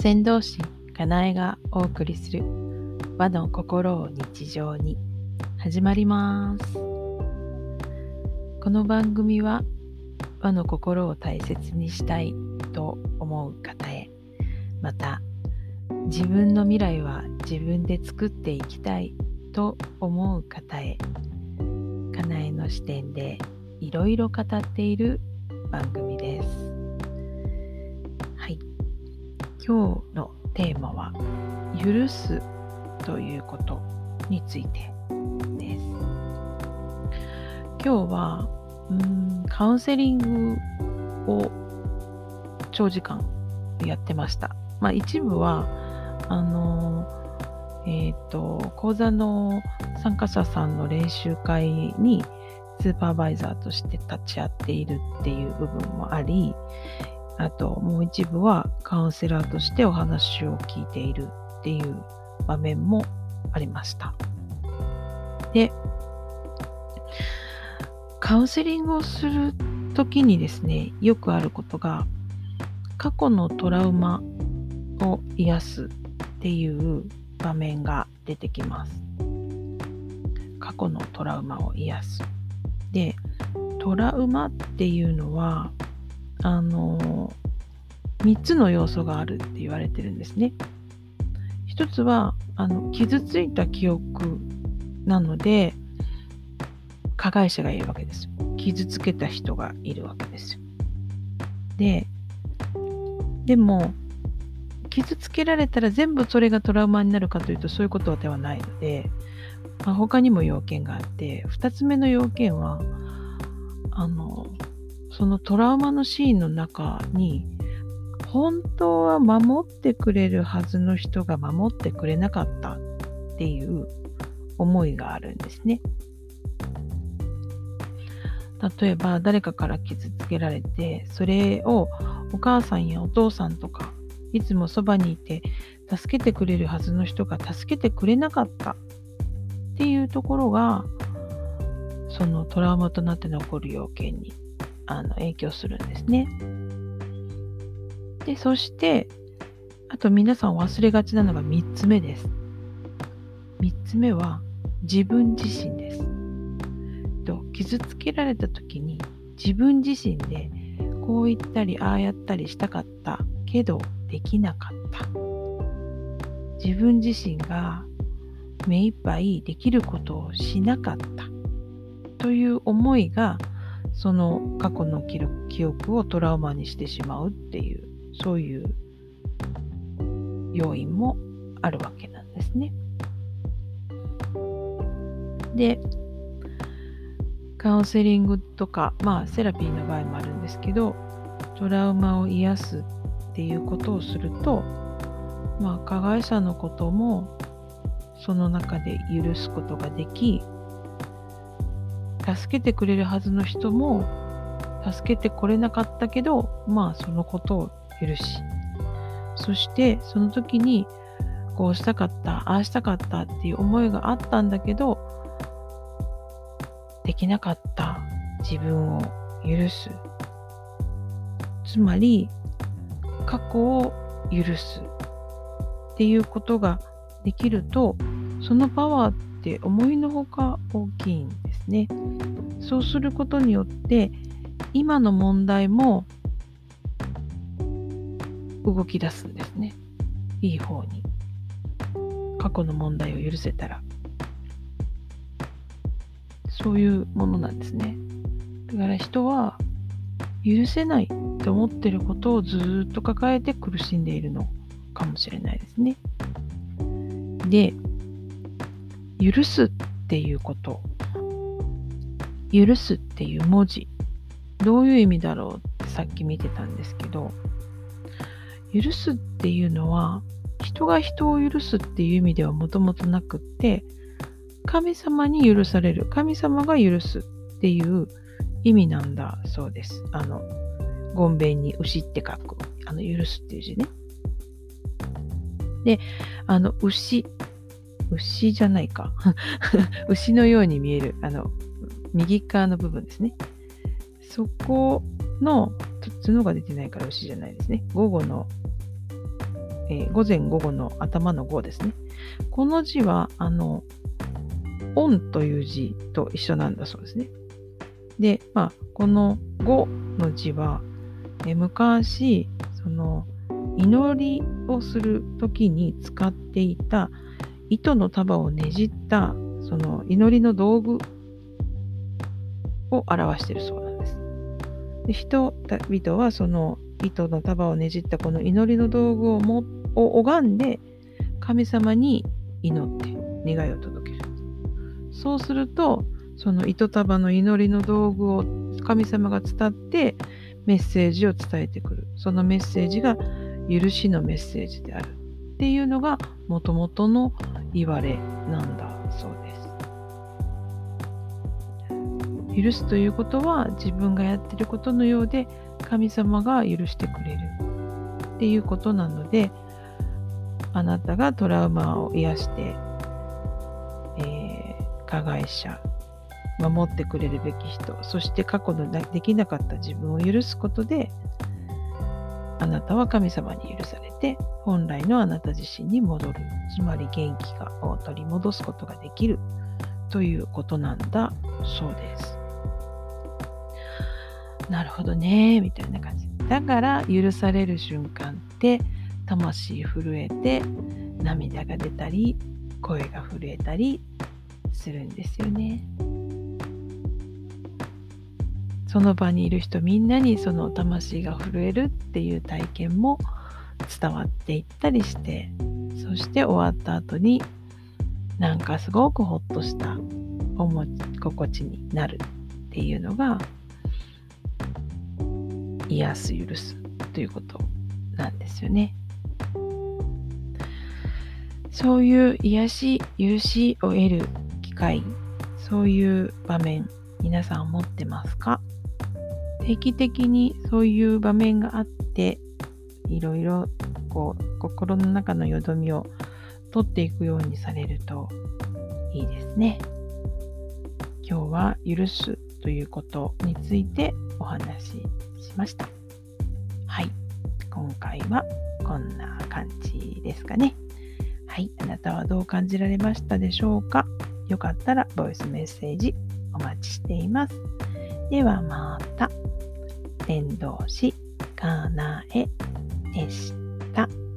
船頭師かなえがお送りする和の心を日常に始まります。この番組は和の心を大切にしたいと思う方へ、また自分の未来は自分で作っていきたいと思う方へ、かなえの視点でいろいろ語っている番組です。はい、今日のテーマは許すということについてです。今日はカウンセリングを長時間やってました。一部は講座の参加者さんの練習会にスーパーバイザーとして立ち会っているっていう部分もあり、あともう一部はカウンセラーとしてお話を聞いているっていう場面もありました。で、カウンセリングをするときにですね、よくあることが過去のトラウマを癒すっていう場面が出てきます。過去のトラウマを癒す。で、トラウマっていうのは3つの要素があるって言われてるんですね。一つは傷ついた記憶なので、加害者がいるわけです。傷つけた人がいるわけです。でも傷つけられたら全部それがトラウマになるかというとそういうことではないので、他にも要件があって、2つ目の要件はそのトラウマのシーンの中に本当は守ってくれるはずの人が守ってくれなかったっていう思いがあるんですね。例えば誰かから傷つけられて、それをお母さんやお父さんとかいつもそばにいて助けてくれるはずの人が助けてくれなかったっていうところが、そのトラウマとなって残る要件に影響するんですね。で、そしてあと皆さん忘れがちなのが3つ目です。3つ目は自分自身です。傷つけられた時に自分自身でこう言ったりああやったりしたかったけどできなかった。自分自身が目いっぱいできることをしなかったという思いが、その過去の記憶をトラウマにしてしまうっていう、そういう要因もあるわけなんですね。で、カウンセリングとか、セラピーの場合もあるんですけど、トラウマを癒すっていうことをすると、加害者のこともその中で許すことができ、助けてくれるはずの人も助けてこれなかったけど、そのことを許し、そしてその時にこうしたかった、ああしたかったっていう思いがあったんだけど、できなかった自分を許す。つまり過去を許すっていうことができると、そのパワーって思いのほか大きいんですね。そうすることによって今の問題も動き出すんですね。いい方に。過去の問題を許せたら、そういうものなんですね。だから人は許せないと思っていることをずっと抱えて苦しんでいるのかもしれないですね。で、許すっていうこと、許すっていう文字、どういう意味だろうってさっき見てたんですけど、許すっていうのは人が人を許すっていう意味ではもともとなくって、神様に許される、神様が許すっていう意味なんだそうです。ごんべんに牛って書く許すっていう字ね。で、牛じゃないか牛のように見える右側の部分ですね。そこの角が出てないから牛じゃないですね。午後の午前午後の頭の午ですね。この字は恩という字と一緒なんだそうですね。で、この午の字は、昔祈りをするときに使っていた糸の束をねじったその祈りの道具を表しているそうなんです。で、人々はその糸の束をねじったこの祈りの道具を拝んで神様に祈って願いを届ける。そうするとその糸束の祈りの道具を神様が伝ってメッセージを伝えてくる。そのメッセージが許しのメッセージであるっていうのが元々の言われなんだそうです。許すということは自分がやっていることのようで神様が許してくれるっていうことなので、あなたがトラウマを癒して、加害者、守ってくれるべき人、そして過去のできなかった自分を許すことで、あなたは神様に許されて本来のあなた自身に戻る、つまり元気を取り戻すことができるということなんだそうです。なるほどねみたいな感じ。だから許される瞬間って魂震えて涙が出たり声が震えたりするんですよね。その場にいる人みんなにその魂が震えるっていう体験も伝わっていったりして、そして終わった後になんかすごくほっとした心地になるっていうのが癒す許すということなんですよね。そういう癒し許しを得る機会、そういう場面皆さん持ってますか？定期的にそういう場面があって、いろいろ心の中のよどみを取っていくようにされるといいですね。今日は許すということについてお話ししました。はい、今回はこんな感じですかね。はい、あなたはどう感じられましたでしょうか？よかったらボイスメッセージお待ちしています。ではまた。伝道師かなえでした。